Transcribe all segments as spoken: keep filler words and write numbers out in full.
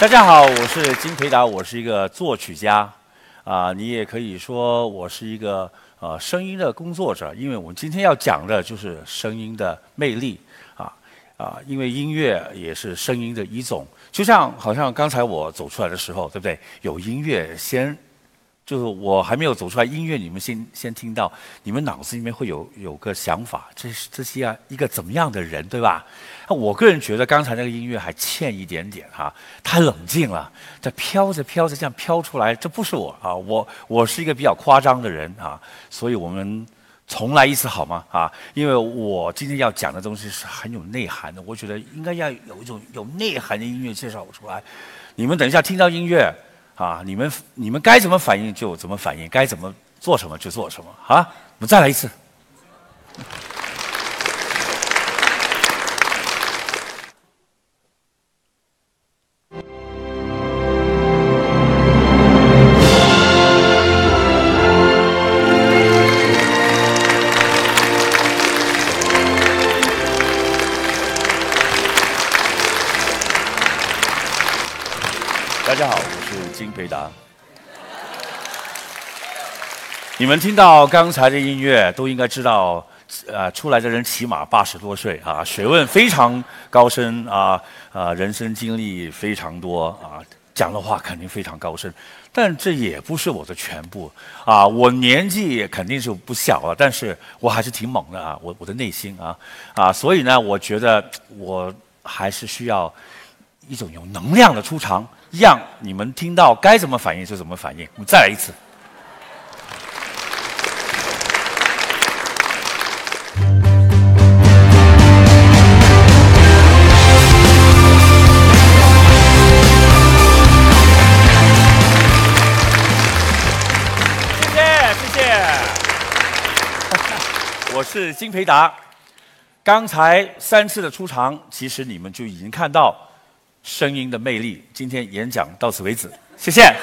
大家好，我是金培达，我是一个作曲家，啊，你也可以说我是一个呃声音的工作者，因为我们今天要讲的就是声音的魅力，啊啊，因为音乐也是声音的一种，就像好像刚才我走出来的时候，对不对？有音乐先。就是我还没有走出来，音乐你们先先听到，你们脑子里面会有有个想法，这是这是一一个怎么样的人，对吧？我个人觉得刚才那个音乐还欠一点点哈、啊，太冷静了，这飘着飘着这样飘出来，这不是我啊，我我是一个比较夸张的人啊，所以我们重来一次好吗？啊，因为我今天要讲的东西是很有内涵的，我觉得应该要有一种有内涵的音乐介绍出来，你们等一下听到音乐。啊，你们你们该怎么反应就怎么反应，该怎么做什么就做什么。好，我们再来一次。大家好，我是金培达。你们听到刚才的音乐，都应该知道，呃，出来的人起码八十多岁啊，学问非常高深啊，啊，人生经历非常多啊，讲的话肯定非常高深。但这也不是我的全部啊，我年纪肯定是不小了，但是我还是挺猛的啊，我我的内心啊啊，所以呢，我觉得我还是需要一种有能量的出场。让你们听到该怎么反应就怎么反应。我们再来一次。谢谢谢谢。我是金培达。刚才三次的出场，其实你们就已经看到声音的魅力。今天演讲到此为止，谢谢。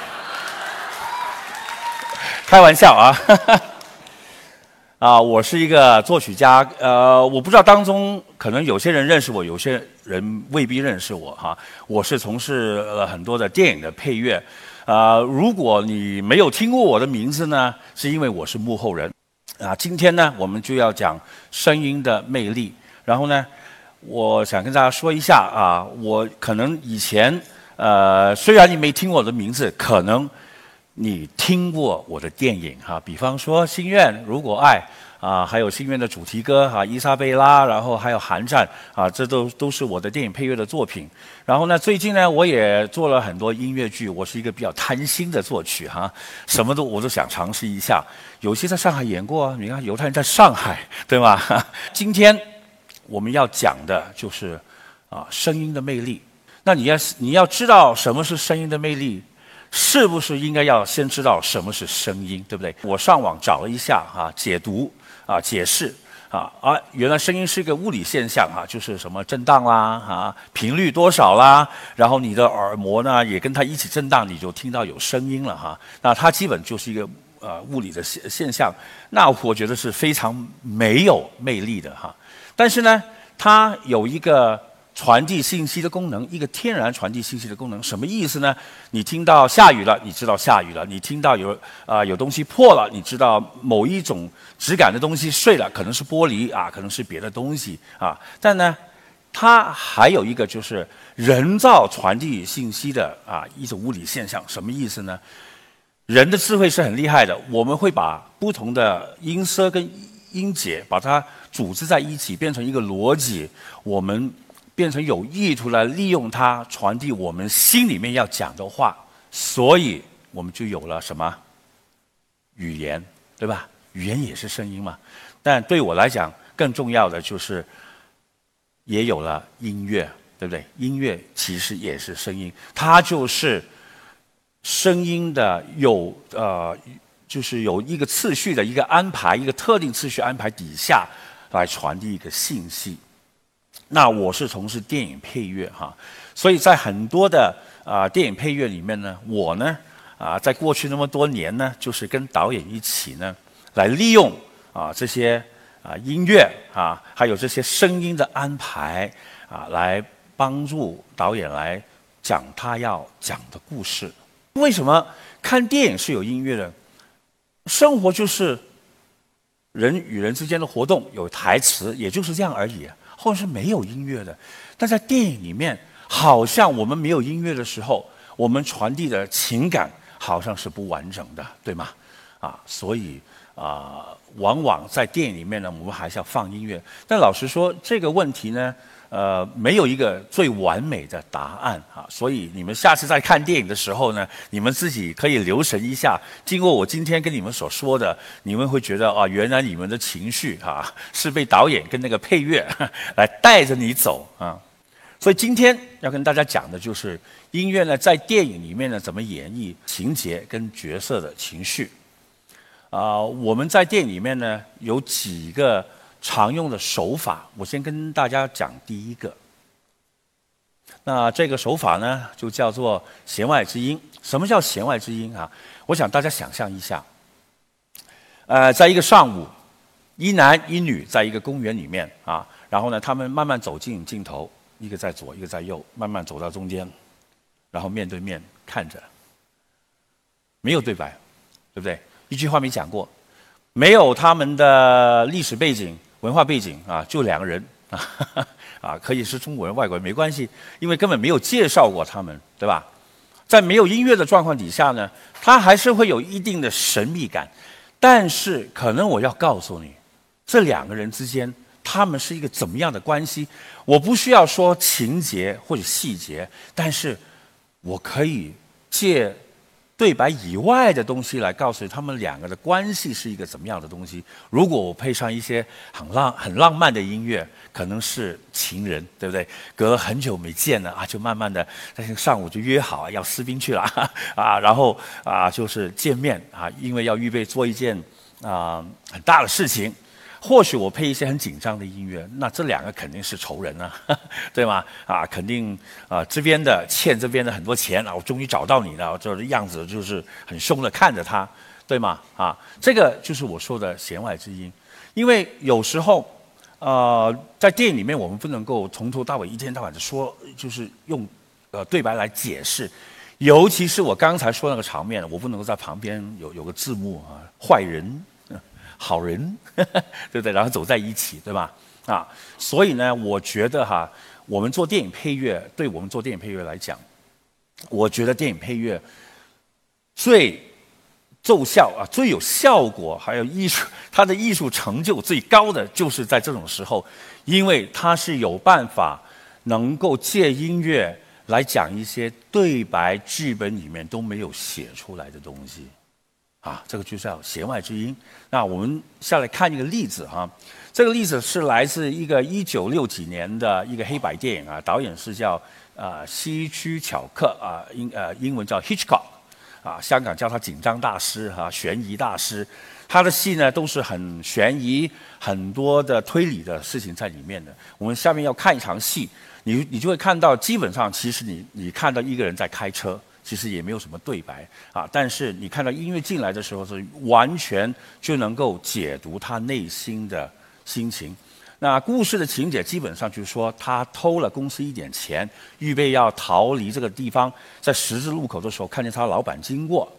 开玩笑啊，啊，我是一个作曲家，呃，我不知道当中可能有些人认识我，有些人未必认识我哈。我是从事了很多的电影的配乐，啊，如果你没有听过我的名字呢，是因为我是幕后人。啊，今天呢，我们就要讲声音的魅力，然后呢。我想跟大家说一下啊，我可能以前呃，虽然你没听过我的名字，可能你听过我的电影哈、啊，比方说《心愿》《如果爱》啊，还有《心愿》的主题歌哈、啊，《伊莎贝拉》，然后还有《寒战》啊，这都都是我的电影配乐的作品。然后呢，最近呢，我也做了很多音乐剧，我是一个比较贪心的作曲哈、啊，什么都我都想尝试一下。有些在上海演过啊，你看犹太人在上海，对吧？今天。我们要讲的就是啊声音的魅力。那你要你要知道什么是声音的魅力，是不是应该要先知道什么是声音，对不对？我上网找了一下啊，解读啊解释啊啊，原来声音是一个物理现象啊，就是什么震荡啦啊，频率多少啦，然后你的耳膜呢也跟它一起震荡，你就听到有声音了哈、啊。那它基本就是一个呃物理的现现象，那我觉得是非常没有魅力的哈。但是呢，它有一个传递信息的功能，一个天然传递信息的功能。什么意思呢？你听到下雨了，你知道下雨了；你听到有啊、呃、有东西破了，你知道某一种质感的东西碎了，可能是玻璃啊，可能是别的东西啊。但呢，它还有一个就是人造传递信息的啊一种物理现象。什么意思呢？人的智慧是很厉害的，我们会把不同的音色跟音节把它组织在一起，变成一个逻辑，我们变成有意图来利用它传递我们心里面要讲的话，所以我们就有了什么语言，对吧？语言也是声音嘛。但对我来讲，更重要的就是也有了音乐，对不对？音乐其实也是声音，它就是声音的有呃。就是有一个次序的一个安排，一个特定次序安排底下来传递一个信息。那我是从事电影配乐哈，所以在很多的啊、呃、电影配乐里面呢，我呢啊、呃、在过去那么多年呢，就是跟导演一起呢来利用啊、呃、这些啊、呃、音乐啊，还有这些声音的安排啊，来帮助导演来讲他要讲的故事。为什么看电影是有音乐的？生活就是人与人之间的活动，有台词，也就是这样而已，或者是没有音乐的。但在电影里面，好像我们没有音乐的时候，我们传递的情感好像是不完整的，对吗？啊，所以啊、呃，往往在电影里面呢，我们还是要放音乐。但老实说，这个问题呢，呃，没有一个最完美的答案啊。所以你们下次在看电影的时候呢，你们自己可以留神一下。经过我今天跟你们所说的，你们会觉得啊，原来你们的情绪啊，是被导演跟那个配乐来带着你走啊。所以今天要跟大家讲的就是音乐呢，在电影里面呢，怎么演绎情节跟角色的情绪。啊、呃，我们在电影里面呢有几个常用的手法，我先跟大家讲第一个。那这个手法呢，就叫做弦外之音。什么叫弦外之音啊？我想大家想象一下，呃，在一个上午，一男一女在一个公园里面啊，然后呢，他们慢慢走进镜头，一个在左，一个在右，慢慢走到中间，然后面对面看着，没有对白，对不对？一句话没讲过，没有他们的历史背景、文化背景啊，就两个人啊，啊，可以是中国人、外国人没关系，因为根本没有介绍过他们，对吧？在没有音乐的状况底下呢，它还是会有一定的神秘感，但是可能我要告诉你，这两个人之间他们是一个怎么样的关系？我不需要说情节或者细节，但是我可以借对白以外的东西来告诉你他们两个的关系是一个怎么样的东西。如果我配上一些很浪很浪漫的音乐，可能是情人，对不对？隔了很久没见了啊，就慢慢的，但是上午就约好要私奔去了啊，然后啊就是见面啊，因为要预备做一件啊很大的事情。或许我配一些很紧张的音乐，那这两个肯定是仇人啊，对吗？啊，肯定啊，这边的欠这边的很多钱啊，我终于找到你了，这样子就是很凶的看着他，对吗？啊，这个就是我说的弦外之音。因为有时候，呃，在电影里面我们不能够从头到尾一天到晚的说，就是用呃对白来解释。尤其是我刚才说那个场面，我不能够在旁边有有个字幕啊，坏人。好人，呵呵对不对？然后走在一起，对吧？啊，所以呢，我觉得哈，我们做电影配乐，对我们做电影配乐来讲，我觉得电影配乐最奏效啊，最有效果，还有艺术，它的艺术成就最高的，就是在这种时候，因为它是有办法能够借音乐来讲一些对白剧本里面都没有写出来的东西。啊，这个就叫弦外之音。那我们下来看一个例子哈，这个例子是来自一个一九六几年的一个黑白电影啊，导演是叫啊、呃、希区巧克啊，英呃英文叫 Hitchcock 啊，香港叫他紧张大师哈、啊，悬疑大师。他的戏呢都是很悬疑，很多的推理的事情在里面的。我们下面要看一场戏，你你就会看到，基本上其实你你看到一个人在开车。其实也没有什么对白啊，但是你看到音乐进来的时候，是完全就能够解读他内心的心情。那故事的情节基本上就是说，他偷了公司一点钱，预备要逃离这个地方，在十字路口的时候，看见他老板经过。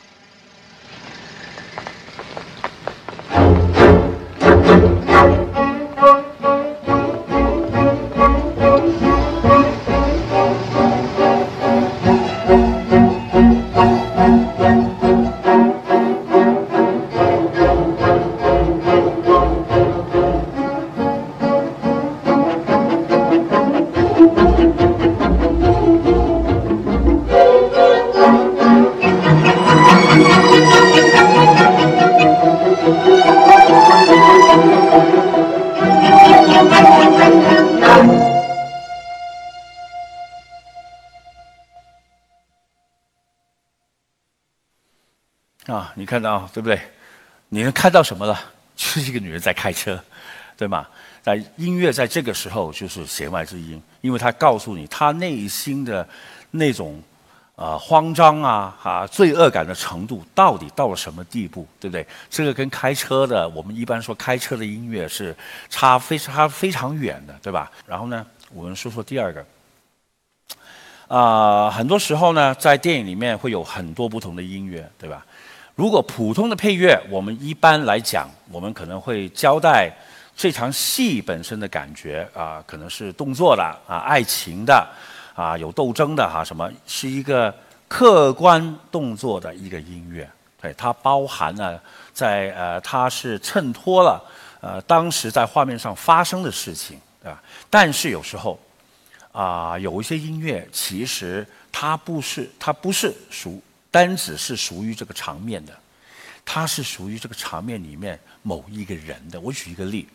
啊，你看到对不对？你能看到什么了？就是一个女人在开车，对吗？在音乐在这个时候就是弦外之音，因为它告诉你她内心的那种啊、呃、慌张啊啊罪恶感的程度到底到了什么地步，对不对？这个跟开车的我们一般说开车的音乐是差非常非常远的，对吧？然后呢，我们说说第二个。 啊、呃，很多时候呢，在电影里面会有很多不同的音乐，对吧？如果普通的配乐，我们一般来讲，我们可能会交代这场戏本身的感觉啊、呃，可能是动作的啊、爱情的啊、有斗争的哈、啊，什么是一个客观动作的一个音乐，对，它包含了在呃，它是衬托了呃当时在画面上发生的事情，对吧？但是有时候啊、呃，有一些音乐其实它不是，它不是属。单只是属于这个场面的，它是属于这个场面里面某一个人的。我举一个例，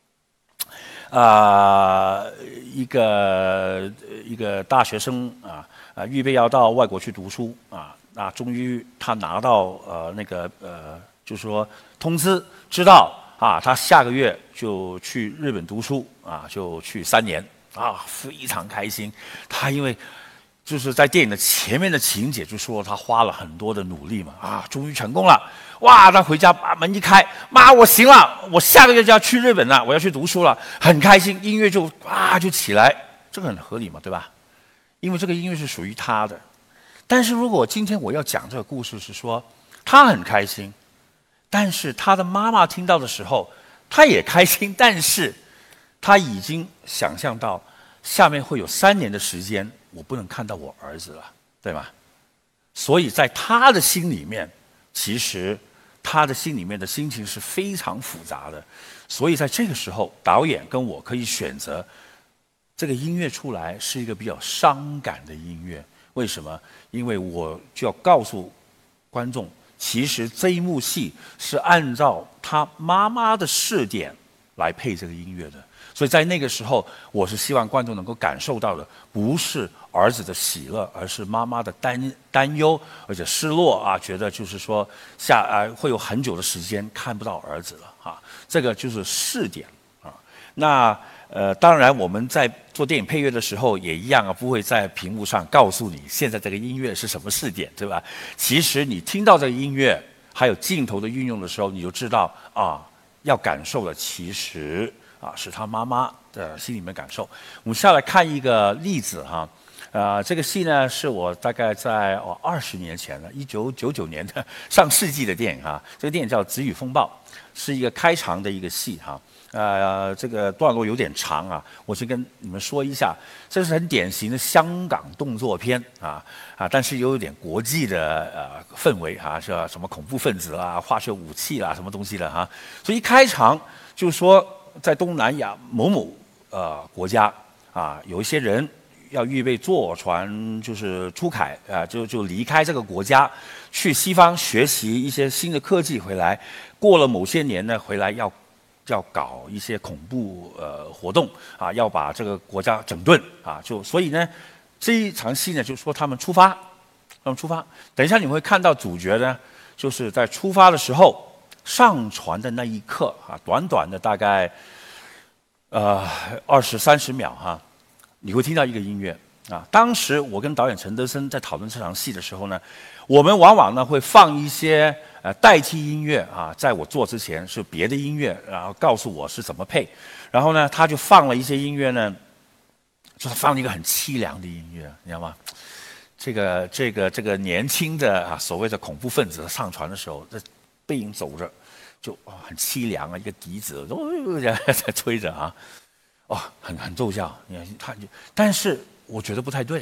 啊、呃，一个一个大学生啊啊，预备要到外国去读书啊，那终于他拿到呃那个呃，就是说通知，知道啊，他下个月就去日本读书啊，就去三年啊，非常开心。他因为就是在电影的前面的情节就说他花了很多的努力嘛，啊，终于成功了，哇！他回家把门一开，妈，我行了，我下个月就要去日本了，我要去读书了，很开心，音乐就啊就起来，这个很合理嘛，对吧？因为这个音乐是属于他的。但是如果今天我要讲这个故事是说，他很开心，但是他的妈妈听到的时候，他也开心，但是他已经想象到下面会有三年的时间。我不能看到我儿子了，对吗？所以在他的心里面，其实他的心里面的心情是非常复杂的。所以在这个时候，导演跟我可以选择这个音乐出来是一个比较伤感的音乐。为什么？因为我就要告诉观众，其实这一幕戏是按照他妈妈的视点来配这个音乐的。所以在那个时候，我是希望观众能够感受到的，不是儿子的喜乐，而是妈妈的担担忧，而且失落啊，觉得就是说下啊会有很久的时间看不到儿子了啊，这个就是视点啊。那呃，当然我们在做电影配乐的时候也一样啊，不会在屏幕上告诉你现在这个音乐是什么视点，对吧？其实你听到这个音乐，还有镜头的运用的时候，你就知道啊，要感受的其实。啊，是他妈妈的心里面感受。我们下来看一个例子哈，呃，这个戏呢是我大概在哦二十年前了，一九九九年的上世纪的电影哈。这个电影叫《子语风暴》，是一个开场的一个戏哈。呃，这个段落有点长啊，我先跟你们说一下，这是很典型的香港动作片啊啊，但是又有点国际的呃氛围啊，是什么恐怖分子啦、化学武器啦、什么东西的哈。所以一开场就说。在东南亚某某呃国家啊，有一些人要预备坐船，就是出海啊，就就离开这个国家，去西方学习一些新的科技回来。过了某些年呢，回来要要搞一些恐怖呃活动啊，要把这个国家整顿啊。就所以呢，这一场戏呢，就说他们出发，他们出发。等一下你会看到主角呢，就是在出发的时候。上船的那一刻啊，短短的大概呃二十三十秒哈、啊，你会听到一个音乐啊。当时我跟导演陈德森在讨论这场戏的时候呢，我们往往呢会放一些呃代替音乐啊，在我做之前是别的音乐，然后告诉我是怎么配。然后呢，他就放了一些音乐呢，就是放了一个很凄凉的音乐，你知道吗？这个这个这个年轻的啊所谓的恐怖分子上船的时候，这。背影走着，就、哦、很凄凉啊，一个笛子哦在吹着啊，哦，很很奏效。你看他就，但是我觉得不太对。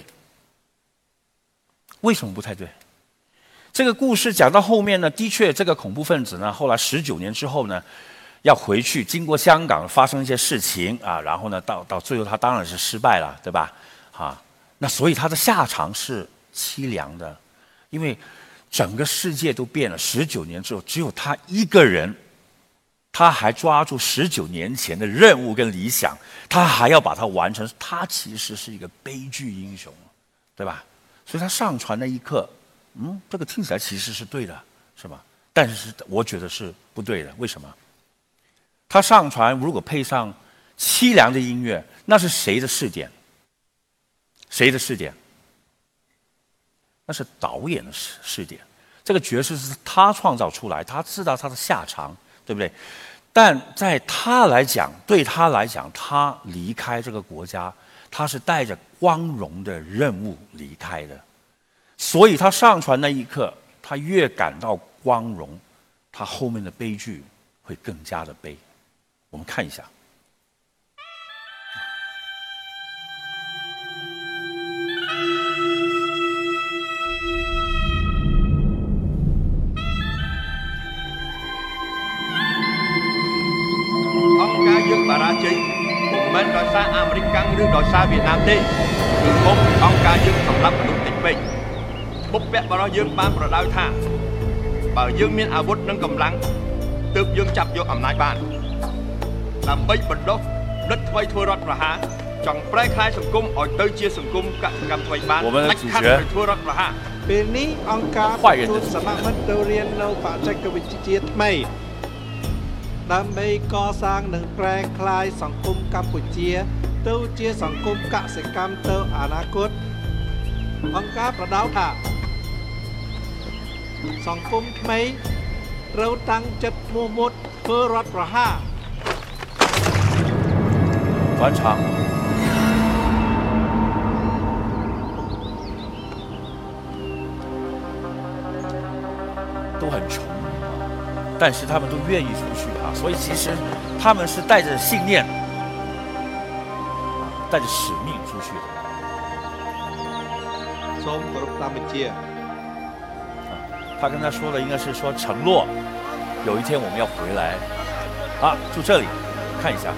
为什么不太对？这个故事讲到后面呢，的确这个恐怖分子呢，后来十九年之后呢，要回去，经过香港发生一些事情啊，然后呢，到到最后他当然是失败了，对吧？啊，那所以他的下场是凄凉的，因为。整个世界都变了，十九年之后，只有他一个人，他还抓住十九年前的任务跟理想，他还要把它完成。他其实是一个悲剧英雄，对吧？所以他上船那一刻，嗯，这个听起来其实是对的，是吧？但是我觉得是不对的。为什么？他上船如果配上凄凉的音乐，那是谁的视点？谁的视点？那是导演的视视点，这个角色是他创造出来，他知道他的下场，对不对？但在他来讲，对他来讲，他离开这个国家， 他是带着光荣的任务离开的，所以他上船那一刻，他越感到光荣，他后面的悲剧会更加的悲。我们看一下。 អង្គការយើងបារាជ័យមិនមែនដោយសារអាមេរិកកាំងឬដោយសារវៀតណាមទេគឺមុខអង្គការយើងសម្រាប់មនុស្សតិចពេកបុព្វបុរសយើងបានប្រដៅថាបើយើងមានអាវុធនិងកម្លាំងទើបយើងចាប់យកអំណាចបានដើម្បីបណ្ដុះលទ្ធថ្មីធ្វើរដ្ឋប្រហារចង់ប្រែក្លាយសង្គមឲ្យទៅជាសង្គមកសិកម្មថ្មីបានដាច់ខាត់ទៅធ្វើរដ្ឋប្រហារពេលនេះអង្គការទទួលសមមិត្តទៅរៀននៅបច្ចេកវិទ្យាថ្មីដើម្បីកសាងនិងប្រែក្លាយសង្គមកម្ពុជាទៅជាសង្គមកសិកម្មទៅអនាគតអង្គការប្រដៅថាសង្គមថ្មីត្រូវតាំងចិត្តមោះមុតធ្វើរដ្ឋប្រហារ转场都很穷，但是他们都愿意出去啊，所以其实他们是带着信念、带着使命出去的。 សូមគោរពតាមបញ្ជា他跟他说的应该是说承诺，有一天我们要回来。啊，就这里，看一下。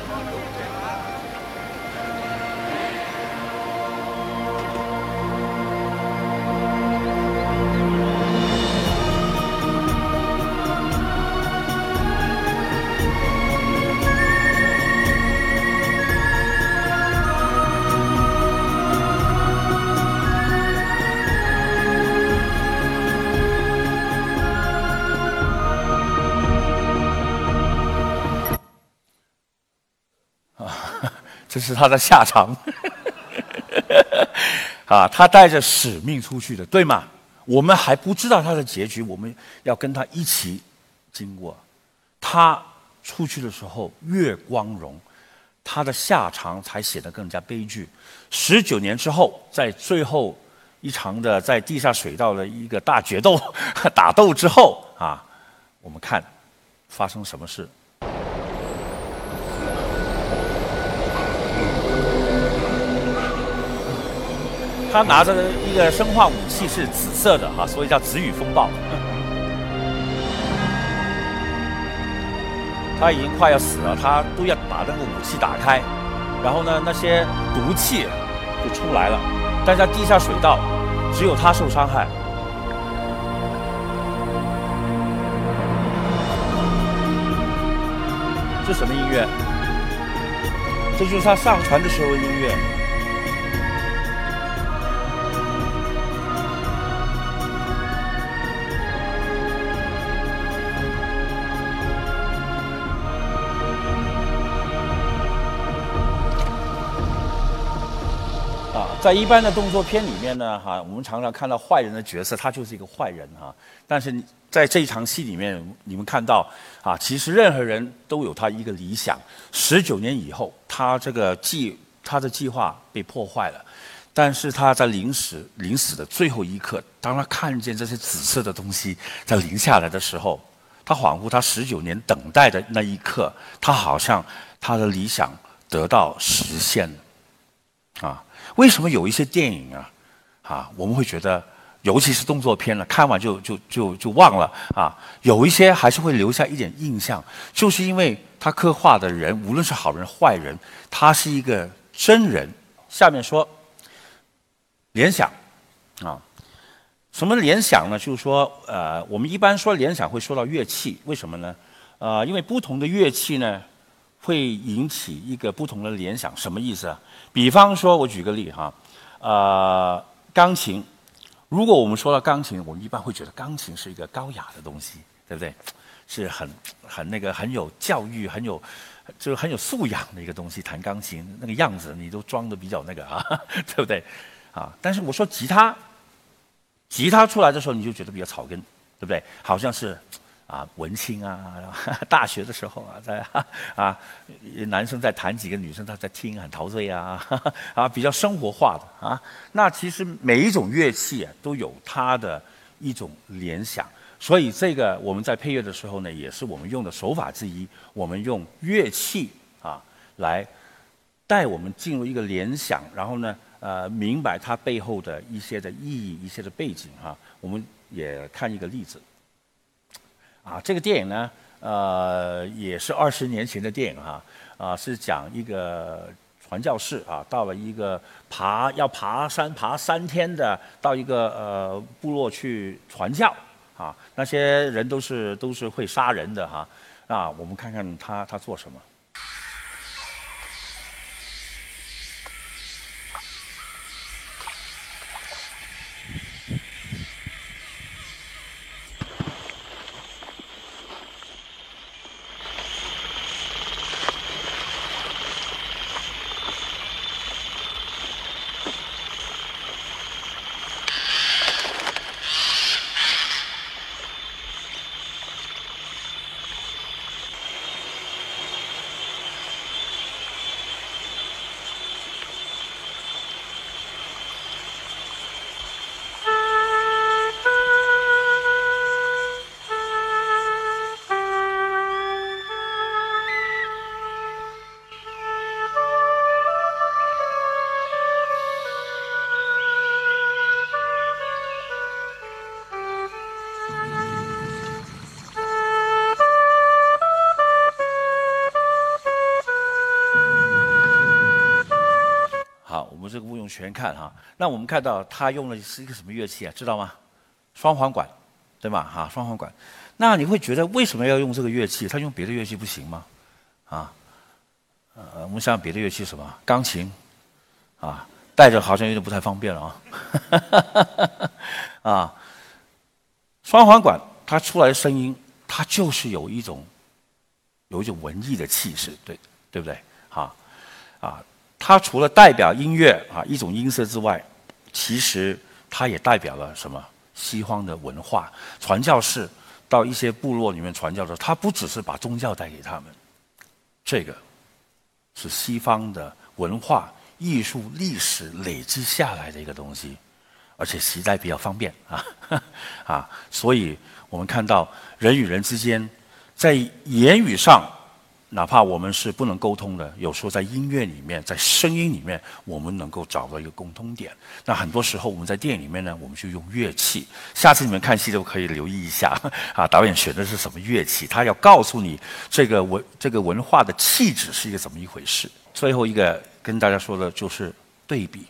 这是他的下场啊！他带着使命出去的，对吗？我们还不知道他的结局，我们要跟他一起经过。他出去的时候越光荣，他的下场才显得更加悲剧。十九年之后，在最后一场的在地下水道的一个大决斗打斗之后啊，我们看发生什么事。他拿着一个生化武器是紫色的哈，所以叫紫雨风暴。他已经快要死了，他都要把那个武器打开，然后呢，那些毒气就出来了。但在地下水道，只有他受伤害。这什么音乐？这就是他上船的时候的音乐。在一般的动作片里面呢，哈，我们常常看到坏人的角色，他就是一个坏人哈。但是在这一场戏里面，你们看到啊，其实任何人都有他一个理想。十九年以后，他这个计他的计划被破坏了，但是他在临死临死的最后一刻，当他看见这些紫色的东西在淋下来的时候，他恍惚他十九年等待的那一刻，他好像他的理想得到实现了啊。为什么有一些电影啊，啊，我们会觉得，尤其是动作片了，看完就就就就忘了啊？有一些还是会留下一点印象，就是因为他刻画的人，无论是好人坏人，他是一个真人。下面说联想啊，什么联想呢？就是说，呃，我们一般说联想会说到乐器，为什么呢？呃，因为不同的乐器呢，会引起一个不同的联想。什么意思啊？比方说，我举个例哈，呃，钢琴。如果我们说到钢琴，我们一般会觉得钢琴是一个高雅的东西，对不对？是很很那个很有教育、很有就是很有素养的一个东西。弹钢琴那个样子，你都装的比较那个啊，对不对？啊，但是我说吉他，吉他出来的时候，你就觉得比较草根，对不对？好像是啊文青啊，大学的时候啊，在啊男生在弹几个，女生他在听，很陶醉啊，啊比较生活化的啊。那其实每一种乐器啊都有它的一种联想，所以这个我们在配乐的时候呢，也是我们用的手法之一，我们用乐器啊来带我们进入一个联想，然后呢。呃，明白它背后的一些的意义、一些的背景哈、啊。我们也看一个例子，啊，这个电影呢，呃，也是二十年前的电影哈、啊，啊，是讲一个传教士啊，到了一个爬要爬山爬三天的，到一个呃部落去传教啊，那些人都是都是会杀人的哈、啊，啊，我们看看他他做什么。这个不用全看哈。那我们看到他用的是一个什么乐器啊？知道吗？双簧管，对吧？哈，双簧管。那你会觉得为什么要用这个乐器？他用别的乐器不行吗？啊，呃，我们想想别的乐器什么？钢琴，啊，带着好像有点不太方便了啊。啊，双簧管它出来的声音，它就是有一种有一种文艺的气势，对对不对？哈，啊。它除了代表音乐啊一种音色之外，其实它也代表了什么？西方的文化。传教士到一些部落里面传教的时候，他不只是把宗教带给他们，这个是西方的文化、艺术、历史累积下来的一个东西，而且携带比较方便啊啊，所以我们看到人与人之间在言语上。哪怕我们是不能沟通的，有时候在音乐里面，在声音里面，我们能够找到一个共通点。那很多时候我们在电影里面呢，我们就用乐器。下次你们看戏都可以留意一下啊，导演选的是什么乐器，他要告诉你这个文这个文化的气质是一个怎么一回事。最后一个跟大家说的就是对比。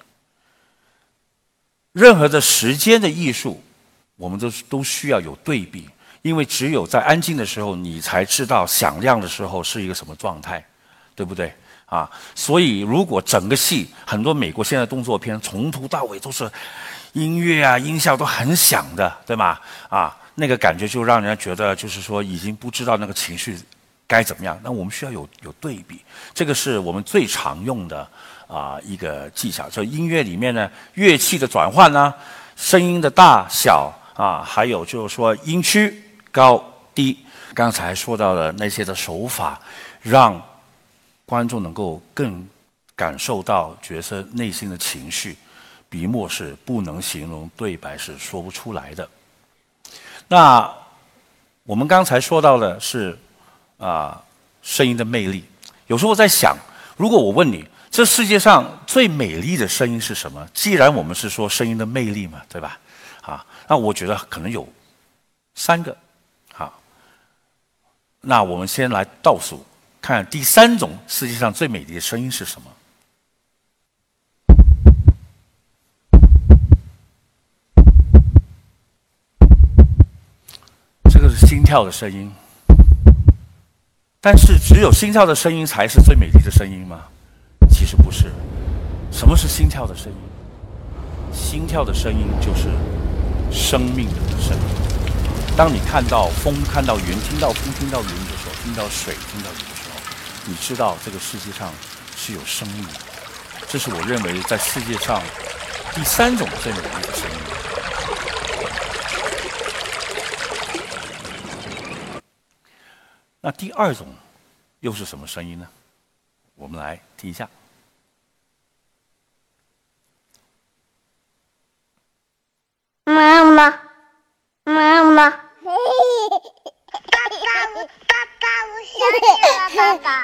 任何的时间的艺术，我们都都需要有对比。因为只有在安静的时候，你才知道响亮的时候是一个什么状态，对不对？啊，所以如果整个戏，很多美国现在动作片从头到尾都是音乐啊、音效都很响的，对吗？啊，那个感觉就让人家觉得就是说已经不知道那个情绪该怎么样。那我们需要有有对比，这个是我们最常用的啊一个技巧。所以音乐里面呢，乐器的转换呢，声音的大小啊，还有就是说音区。高低，刚才说到的那些的手法，让观众能够更感受到角色内心的情绪，笔墨是不能形容，对白是说不出来的。那我们刚才说到的是啊，声音的魅力。有时候我在想，如果我问你，这世界上最美丽的声音是什么？既然我们是说声音的魅力嘛，对吧？啊，那我觉得可能有三个。那我们先来倒数，看第三种世界上最美丽的声音是什么？这个是心跳的声音。但是只有心跳的声音才是最美丽的声音吗？其实不是。什么是心跳的声音？心跳的声音就是生命的声音。当你看到风、看到云、听到风、听到云的时候，听到水、听到雨的时候，你知道这个世界上是有生命的。这是我认为在世界上第三种最美丽的声音。 那第二种又是什么声音呢？我们来听一下。 妈妈，妈妈，爸爸，爸爸，我想你了，爸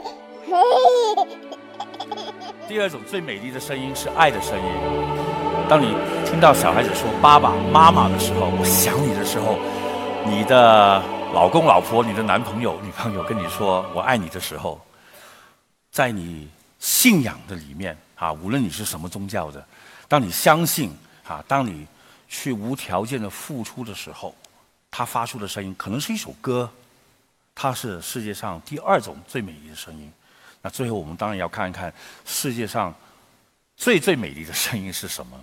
爸。第二种最美丽的声音是爱的声音。当你听到小孩子说爸爸妈妈的时候，我想你的时候，你的老公老婆、你的男朋友女朋友跟你说我爱你的时候，在你信仰的里面啊，无论你是什么宗教的，当你相信啊，当你去无条件的付出的时候，他发出的声音可能是一首歌，它是世界上第二种最美丽的声音。那最后我们当然要看一看世界上最最美丽的声音是什么。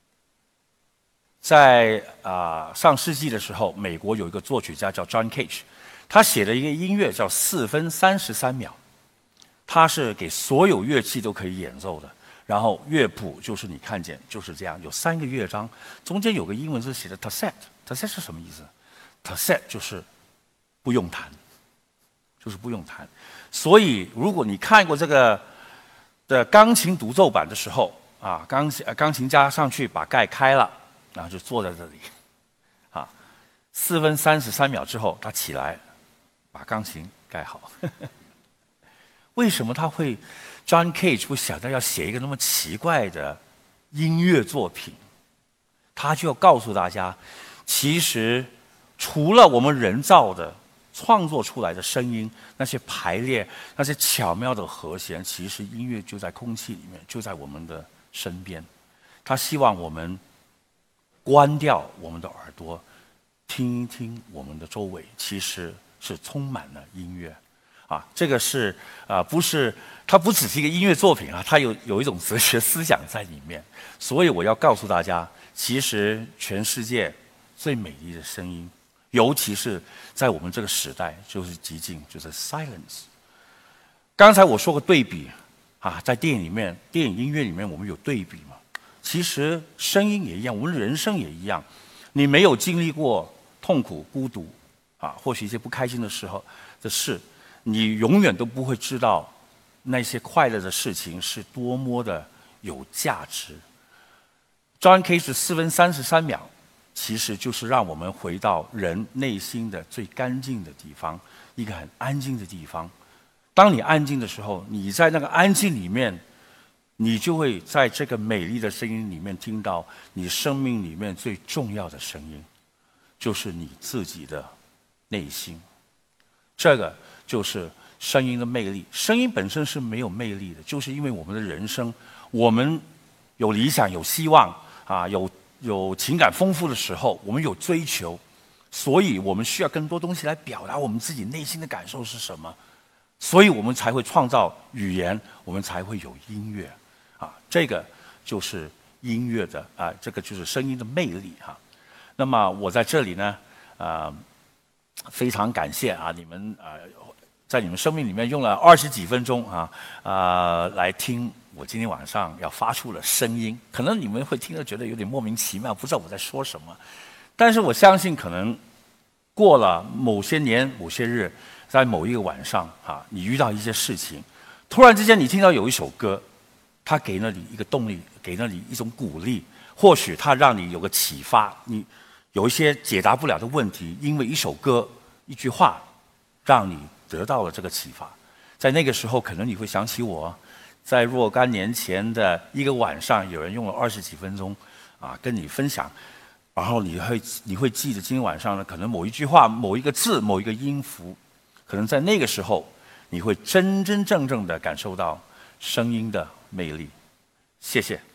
在啊、呃、上世纪的时候，美国有一个作曲家叫 John Cage， 他写了一个音乐叫四分三十三秒，他是给所有乐器都可以演奏的。然后乐谱就是你看见就是这样，有三个乐章，中间有个英文字写的 tacet，tacet 是什么意思 ？tacet 就是不用弹，就是不用弹。所以如果你看过这个的钢琴独奏版的时候，啊，钢琴钢琴家上去把盖开了，然后就坐在这里，啊，四分三十三秒之后，他起来把钢琴盖好。为什么他会 John Cage 会想到要写一个那么奇怪的音乐作品？他就要告诉大家，其实除了我们人造的创作出来的声音，那些排列，那些巧妙的和弦，其实音乐就在空气里面，就在我们的身边。他希望我们关掉我们的耳朵，听一听我们的周围，其实是充满了音乐。啊，这个是啊、呃，不是它不只是一个音乐作品啊，它有有一种哲学思想在里面。所以我要告诉大家，其实全世界最美丽的声音，尤其是在我们这个时代，就是寂静，就是 silence。刚才我说过对比啊，在电影里面、电影音乐里面，我们有对比嘛。其实声音也一样，我们人生也一样。你没有经历过痛苦、孤独啊，或许一些不开心的时候的事。你永远都不会知道那些快乐的事情是多么的有价值。John Cage 四分三十三秒，其实就是让我们回到人内心的最干净的地方，一个很安静的地方。当你安静的时候，你在那个安静里面，你就会在这个美丽的声音里面听到你生命里面最重要的声音，就是你自己的内心。这个就是声音的魅力。声音本身是没有魅力的，就是因为我们的人生，我们有理想、有希望啊，有有情感丰富的时候，我们有追求，所以我们需要更多东西来表达我们自己内心的感受是什么，所以我们才会创造语言，我们才会有音乐啊。这个就是音乐的啊，这个就是声音的魅力哈、啊。那么我在这里呢，啊。非常感谢啊，你们啊、呃，在你们生命里面用了二十几分钟啊啊、呃、来听我今天晚上要发出的声音。可能你们会听了觉得有点莫名其妙，不知道我在说什么。但是我相信，可能过了某些年、某些日，在某一个晚上啊，你遇到一些事情，突然之间你听到有一首歌，它给了你一个动力，给了你一种鼓励，或许它让你有个启发，你。有一些解答不了的问题，因为一首歌、一句话，让你得到了这个启发。在那个时候，可能你会想起我，在若干年前的一个晚上，有人用了二十几分钟，啊，跟你分享，然后你会你会记得今天晚上呢，可能某一句话、某一个字、某一个音符，可能在那个时候，你会真真正正的感受到声音的魅力。谢谢。